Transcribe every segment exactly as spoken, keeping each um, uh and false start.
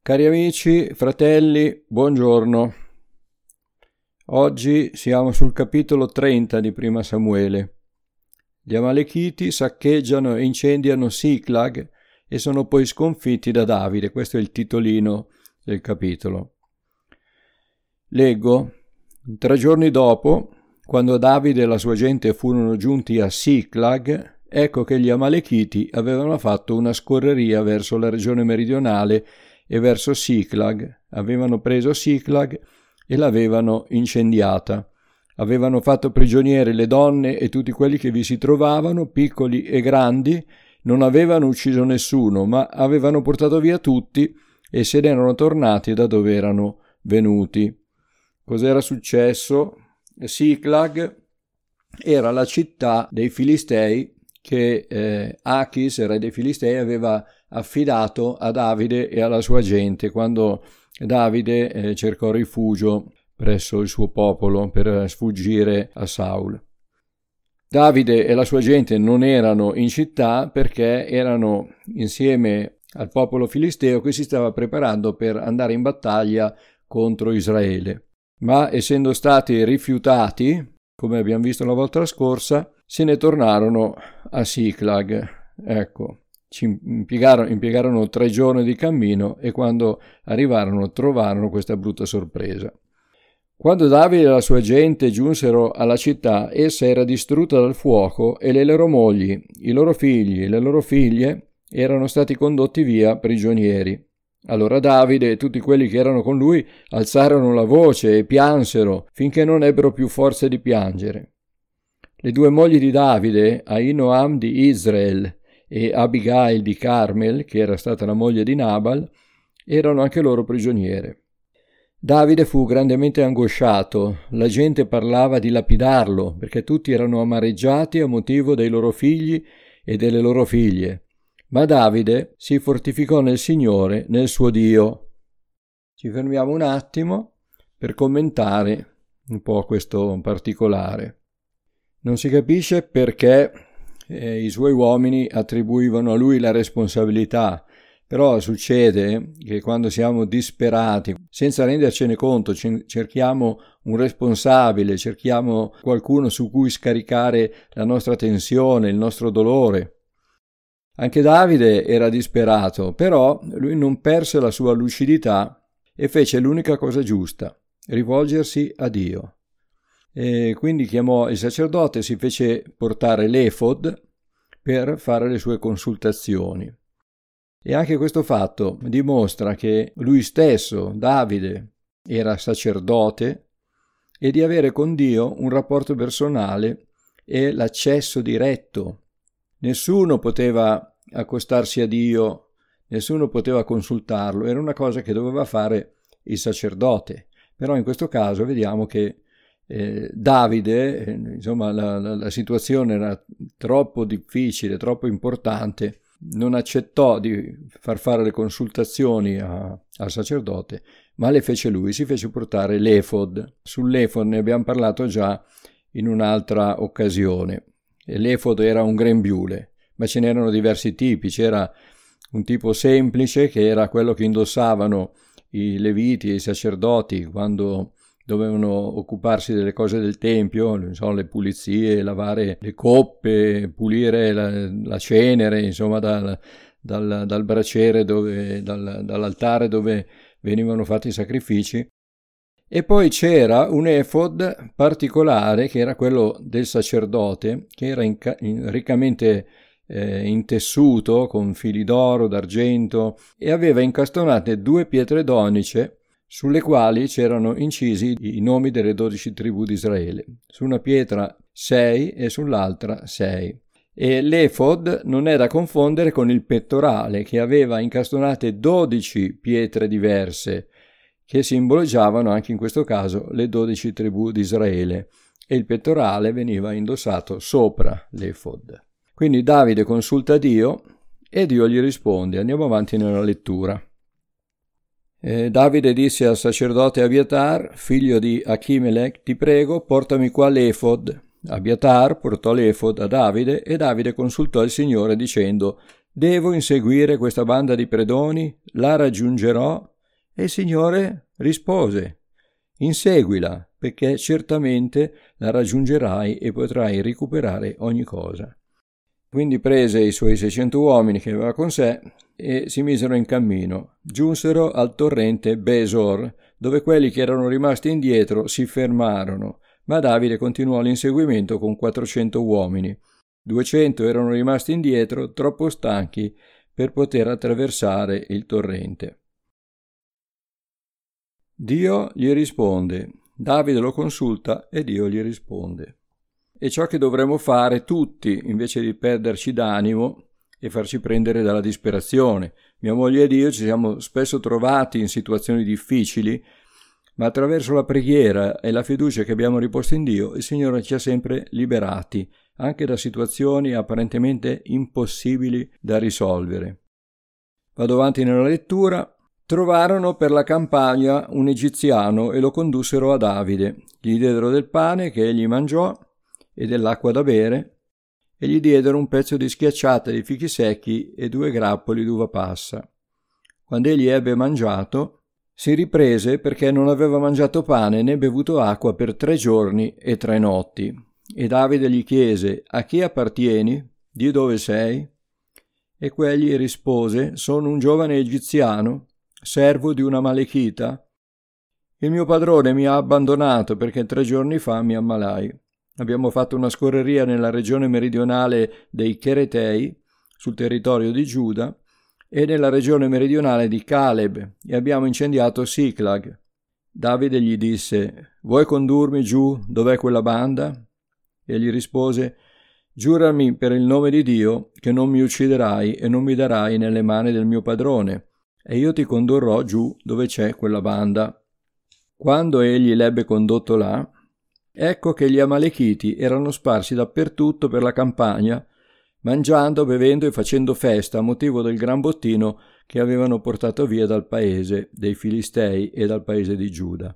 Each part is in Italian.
Cari amici, fratelli, buongiorno. Oggi siamo sul capitolo trenta di Prima Samuele. Gli Amalechiti saccheggiano e incendiano Siclag e sono poi sconfitti da Davide. Questo è il titolino del capitolo. Leggo: tre giorni dopo, quando Davide e la sua gente furono giunti a Siclag, ecco che gli Amalechiti avevano fatto una scorreria verso la regione meridionale e verso Siclag. Avevano preso Siclag e l'avevano incendiata. Avevano fatto prigioniere le donne e tutti quelli che vi si trovavano, piccoli e grandi. Non avevano ucciso nessuno, ma avevano portato via tutti e se ne erano tornati da dove erano venuti. Cos'era successo? Siclag era la città dei Filistei che eh, Achis, re dei Filistei, aveva affidato a Davide e alla sua gente quando Davide eh, cercò rifugio presso il suo popolo per sfuggire a Saul. Davide e la sua gente non erano in città perché erano insieme al popolo filisteo che si stava preparando per andare in battaglia contro Israele. Ma essendo stati rifiutati, come abbiamo visto la volta scorsa, se ne tornarono a Siclag. Ecco, ci impiegarono, impiegarono tre giorni di cammino e quando arrivarono trovarono questa brutta sorpresa. Quando Davide e la sua gente giunsero alla città, essa era distrutta dal fuoco e le loro mogli, i loro figli e le loro figlie erano stati condotti via prigionieri. Allora Davide e tutti quelli che erano con lui alzarono la voce e piansero finché non ebbero più forza di piangere. Le due mogli di Davide, Ahinoam di Israel e Abigail di Carmel, che era stata la moglie di Nabal, erano anche loro prigioniere. Davide fu grandemente angosciato, la gente parlava di lapidarlo perché tutti erano amareggiati a motivo dei loro figli e delle loro figlie. Ma Davide si fortificò nel Signore, nel suo Dio. Ci fermiamo un attimo per commentare un po' questo particolare. Non si capisce perché eh, i suoi uomini attribuivano a lui la responsabilità, però succede che quando siamo disperati, senza rendercene conto, cerchiamo un responsabile, cerchiamo qualcuno su cui scaricare la nostra tensione, il nostro dolore. Anche Davide era disperato, però lui non perse la sua lucidità e fece l'unica cosa giusta, rivolgersi a Dio. E quindi chiamò il sacerdote, si fece portare l'efod per fare le sue consultazioni. E anche questo fatto dimostra che lui stesso, Davide, era sacerdote e di avere con Dio un rapporto personale e l'accesso diretto. Nessuno poteva accostarsi a Dio, nessuno poteva consultarlo, era una cosa che doveva fare il sacerdote. Però in questo caso vediamo che eh, Davide, eh, insomma la, la, la situazione era troppo difficile, troppo importante, non accettò di far fare le consultazioni a, al sacerdote, ma le fece lui, si fece portare l'efod. Sull'efod ne abbiamo parlato già in un'altra occasione. E l'efod era un grembiule, ma ce n'erano diversi tipi. C'era un tipo semplice che era quello che indossavano i leviti e i sacerdoti quando dovevano occuparsi delle cose del tempio, non so, le pulizie, lavare le coppe, pulire la, la cenere, insomma dal, dal, dal braciere, dove, dal, dall'altare dove venivano fatti i sacrifici. E poi c'era un efod particolare che era quello del sacerdote, che era inca- in, riccamente eh, intessuto con fili d'oro, d'argento e aveva incastonate due pietre d'onice sulle quali c'erano incisi i nomi delle dodici tribù di Israele. Su una pietra sei e sull'altra sei. E l'efod non è da confondere con il pettorale, che aveva incastonate dodici pietre diverse, che simboleggiavano anche in questo caso le dodici tribù di Israele, e il pettorale veniva indossato sopra l'efod. Quindi Davide consulta Dio e Dio gli risponde. Andiamo avanti nella lettura. Eh, Davide disse al sacerdote Abiatar, figlio di Achimelech, ti prego, portami qua l'efod. Abiatar portò l'efod a Davide e Davide consultò il Signore dicendo: devo inseguire questa banda di predoni? La raggiungerò? E il Signore rispose: inseguila, perché certamente la raggiungerai e potrai recuperare ogni cosa. Quindi prese i suoi seicento uomini che aveva con sé e si misero in cammino. Giunsero al torrente Besor, dove quelli che erano rimasti indietro si fermarono, ma Davide continuò l'inseguimento con quattrocento uomini. duecento erano rimasti indietro, troppo stanchi per poter attraversare il torrente. Dio gli risponde. Davide lo consulta e Dio gli risponde. È ciò che dovremmo fare tutti, invece di perderci d'animo e farci prendere dalla disperazione. Mia moglie ed io ci siamo spesso trovati in situazioni difficili, ma attraverso la preghiera e la fiducia che abbiamo riposto in Dio, il Signore ci ha sempre liberati, anche da situazioni apparentemente impossibili da risolvere. Vado avanti nella lettura. Trovarono per la campagna un egiziano e lo condussero a Davide. Gli diedero del pane che egli mangiò e dell'acqua da bere, e gli diedero un pezzo di schiacciata di fichi secchi e due grappoli d'uva passa. Quando egli ebbe mangiato, si riprese perché non aveva mangiato pane né bevuto acqua per tre giorni e tre notti. E Davide gli chiese: a chi appartieni? Di dove sei? E quegli rispose: sono un giovane egiziano, servo di una Amalechita. Il mio padrone mi ha abbandonato perché tre giorni fa mi ammalai. Abbiamo fatto una scorreria nella regione meridionale dei Cheretei, sul territorio di Giuda, e nella regione meridionale di Caleb, e abbiamo incendiato Siclag. Davide gli disse: vuoi condurmi giù dov'è quella banda? E gli rispose: giurami per il nome di Dio che non mi ucciderai e non mi darai nelle mani del mio padrone, e io ti condurrò giù dove c'è quella banda. Quando egli l'ebbe condotto là, ecco che gli Amalechiti erano sparsi dappertutto per la campagna, mangiando, bevendo e facendo festa a motivo del gran bottino che avevano portato via dal paese dei Filistei e dal paese di Giuda.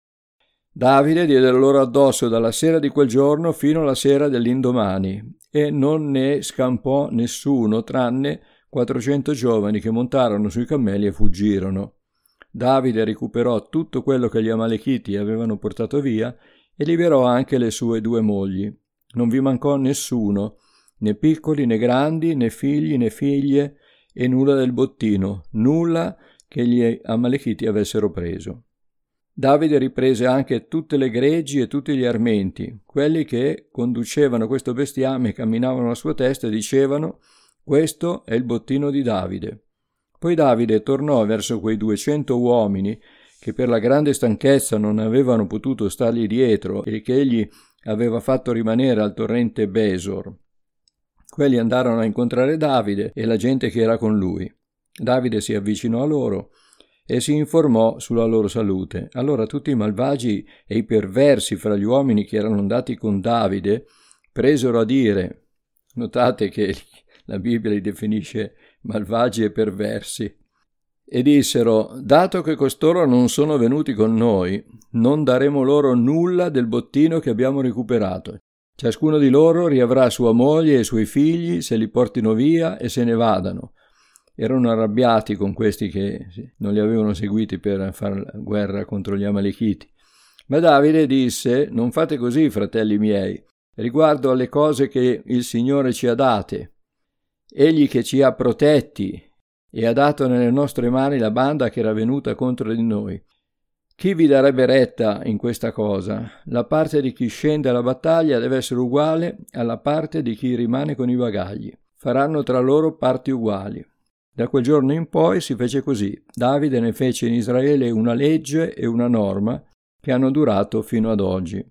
Davide diede loro addosso dalla sera di quel giorno fino alla sera dell'indomani, e non ne scampò nessuno, tranne quattrocento giovani che montarono sui cammelli e fuggirono. Davide recuperò tutto quello che gli Amalechiti avevano portato via e liberò anche le sue due mogli. Non vi mancò nessuno, né piccoli né grandi, né figli né figlie, e nulla del bottino, nulla che gli Amalechiti avessero preso. Davide riprese anche tutte le greggi e tutti gli armenti. Quelli che conducevano questo bestiame e camminavano alla sua testa dicevano: questo è il bottino di Davide. Poi Davide tornò verso quei duecento uomini che per la grande stanchezza non avevano potuto stargli dietro e che egli aveva fatto rimanere al torrente Besor. Quelli andarono a incontrare Davide e la gente che era con lui. Davide si avvicinò a loro e si informò sulla loro salute. Allora tutti i malvagi e i perversi fra gli uomini che erano andati con Davide presero a dire, notate che la Bibbia li definisce malvagi e perversi, e dissero: dato che costoro non sono venuti con noi, non daremo loro nulla del bottino che abbiamo recuperato. Ciascuno di loro riavrà sua moglie e i suoi figli, se li portino via e se ne vadano. Erano arrabbiati con questi che non li avevano seguiti per fare guerra contro gli Amalechiti. Ma Davide disse: non fate così, fratelli miei, riguardo alle cose che il Signore ci ha date. Egli che ci ha protetti e ha dato nelle nostre mani la banda che era venuta contro di noi. Chi vi darebbe retta in questa cosa? La parte di chi scende alla battaglia deve essere uguale alla parte di chi rimane con i bagagli. Faranno tra loro parti uguali. Da quel giorno in poi si fece così. Davide ne fece in Israele una legge e una norma che hanno durato fino ad oggi.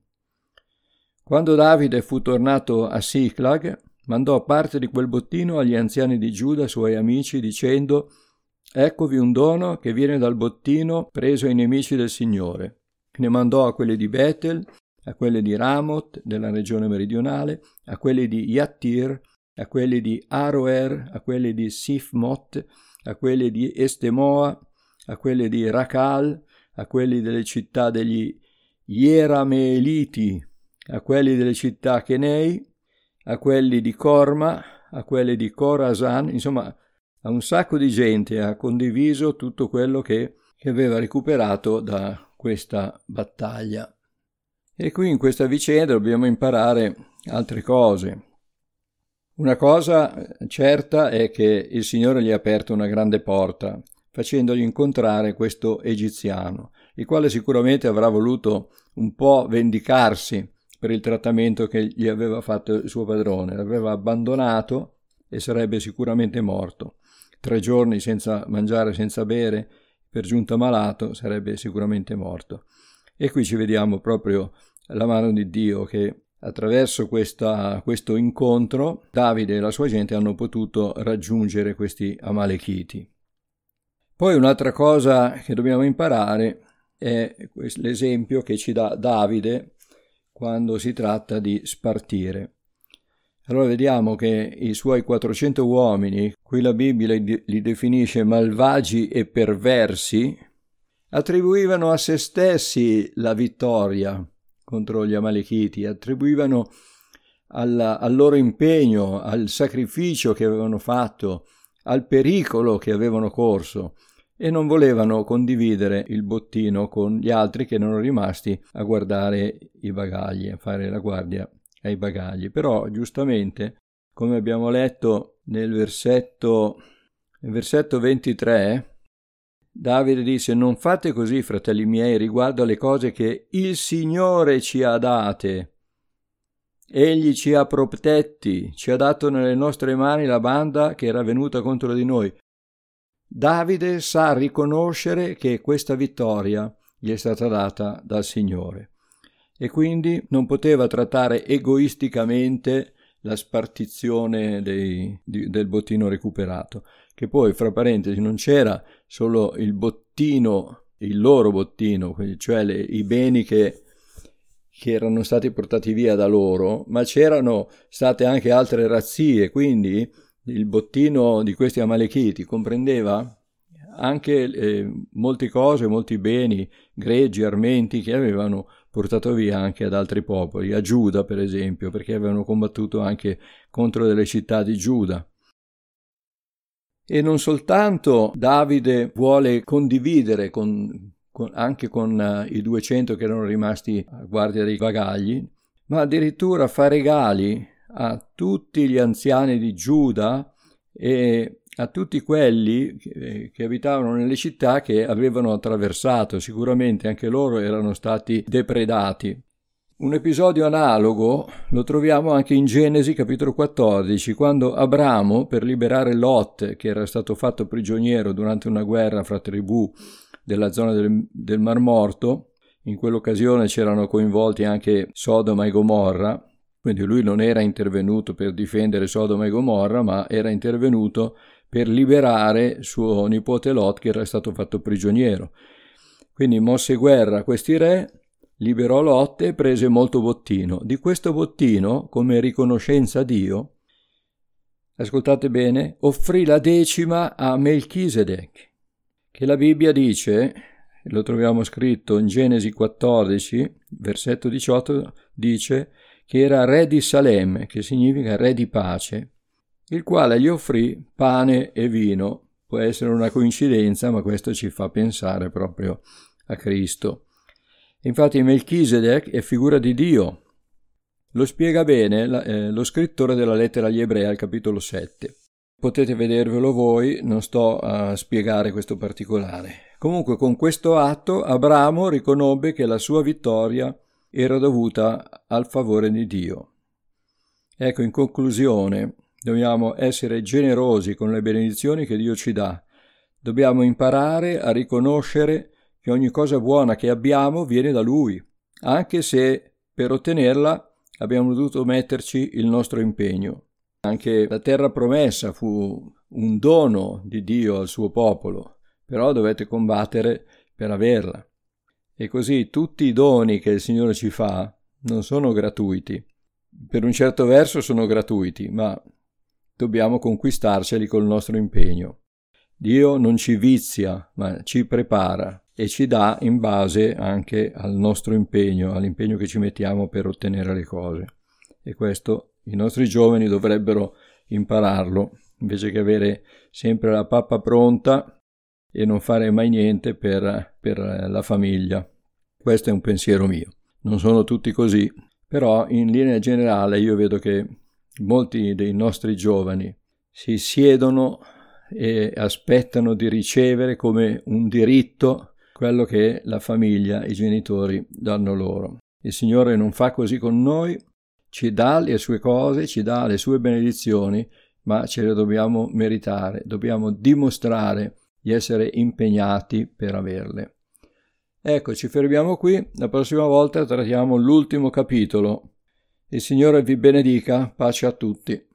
Quando Davide fu tornato a Siclag, mandò parte di quel bottino agli anziani di Giuda, suoi amici, dicendo: eccovi un dono che viene dal bottino preso ai nemici del Signore. Ne mandò a quelli di Betel, a quelli di Ramoth, della regione meridionale, a quelli di Yattir, a quelli di Aroer, a quelli di Sifmot, a quelli di Estemoa, a quelli di Racal, a quelli delle città degli Ierameeliti, a quelli delle città Chenei, a quelli di Corma, a quelli di Corasan, insomma a un sacco di gente ha condiviso tutto quello che che aveva recuperato da questa battaglia. E qui in questa vicenda dobbiamo imparare altre cose. Una cosa certa è che il Signore gli ha aperto una grande porta, facendogli incontrare questo egiziano, il quale sicuramente avrà voluto un po' vendicarsi per il trattamento che gli aveva fatto il suo padrone. L'aveva abbandonato e sarebbe sicuramente morto. Tre giorni senza mangiare, senza bere, per giunta malato, sarebbe sicuramente morto. E qui ci vediamo proprio la mano di Dio che attraverso questa, questo incontro Davide e la sua gente hanno potuto raggiungere questi Amalechiti. Poi un'altra cosa che dobbiamo imparare è l'esempio che ci dà Davide quando si tratta di spartire. Allora vediamo che i suoi quattrocento uomini, qui la Bibbia li definisce malvagi e perversi, attribuivano a se stessi la vittoria contro gli Amalechiti, attribuivano al, al loro impegno, al sacrificio che avevano fatto, al pericolo che avevano corso, e non volevano condividere il bottino con gli altri che erano rimasti a guardare i bagagli, a fare la guardia ai bagagli. Però giustamente, come abbiamo letto nel versetto, nel versetto ventitré, Davide disse: non fate così, fratelli miei, riguardo alle cose che il Signore ci ha date. Egli ci ha protetti, ci ha dato nelle nostre mani la banda che era venuta contro di noi. Davide sa riconoscere che questa vittoria gli è stata data dal Signore e quindi non poteva trattare egoisticamente la spartizione dei, di, del bottino recuperato, che poi, fra parentesi, non c'era solo il bottino, il loro bottino, cioè le, i beni che, che erano stati portati via da loro, ma c'erano state anche altre razzie, quindi il bottino di questi Amalechiti comprendeva anche eh, molte cose, molti beni, greggi, armenti che avevano portato via anche ad altri popoli, a Giuda per esempio, perché avevano combattuto anche contro delle città di Giuda. E non soltanto Davide vuole condividere con, con, anche con uh, i duecento che erano rimasti a guardia dei bagagli, ma addirittura fa regali a tutti gli anziani di Giuda e a tutti quelli che, che abitavano nelle città che avevano attraversato. Sicuramente anche loro erano stati depredati. Un episodio analogo lo troviamo anche in Genesi capitolo quattordici, quando Abramo, per liberare Lot, che era stato fatto prigioniero durante una guerra fra tribù della zona del, del Mar Morto, in quell'occasione c'erano coinvolti anche Sodoma e Gomorra, quindi lui non era intervenuto per difendere Sodoma e Gomorra, ma era intervenuto per liberare suo nipote Lot, che era stato fatto prigioniero. Quindi mosse guerra a questi re, liberò Lot e prese molto bottino. Di questo bottino, come riconoscenza a Dio, ascoltate bene, offrì la decima a Melchisedec, che la Bibbia dice, lo troviamo scritto in Genesi quattordici, versetto diciotto, dice che era re di Salem, che significa re di pace, il quale gli offrì pane e vino. Può essere una coincidenza, ma questo ci fa pensare proprio a Cristo. Infatti Melchisedec è figura di Dio. Lo spiega bene la, eh, lo scrittore della lettera agli Ebrei al capitolo sette. Potete vedervelo voi, non sto a spiegare questo particolare. Comunque con questo atto Abramo riconobbe che la sua vittoria era dovuta al favore di Dio. Ecco, in conclusione, dobbiamo essere generosi con le benedizioni che Dio ci dà. Dobbiamo imparare a riconoscere che ogni cosa buona che abbiamo viene da Lui, anche se per ottenerla abbiamo dovuto metterci il nostro impegno. Anche la terra promessa fu un dono di Dio al suo popolo, però dovete combattere per averla. E così tutti i doni che il Signore ci fa non sono gratuiti. Per un certo verso sono gratuiti, ma dobbiamo conquistarceli col nostro impegno. Dio non ci vizia, ma ci prepara e ci dà in base anche al nostro impegno, all'impegno che ci mettiamo per ottenere le cose. E questo i nostri giovani dovrebbero impararlo, invece che avere sempre la pappa pronta e non fare mai niente per, per la famiglia. Questo è un pensiero mio. Non sono tutti così, però in linea generale io vedo che molti dei nostri giovani si siedono e aspettano di ricevere come un diritto quello che la famiglia, i genitori danno loro. Il Signore non fa così con noi, ci dà le sue cose, ci dà le sue benedizioni, ma ce le dobbiamo meritare, dobbiamo dimostrare di essere impegnati per averle. Ecco, ci fermiamo qui, la prossima volta trattiamo l'ultimo capitolo. Il Signore vi benedica, pace a tutti.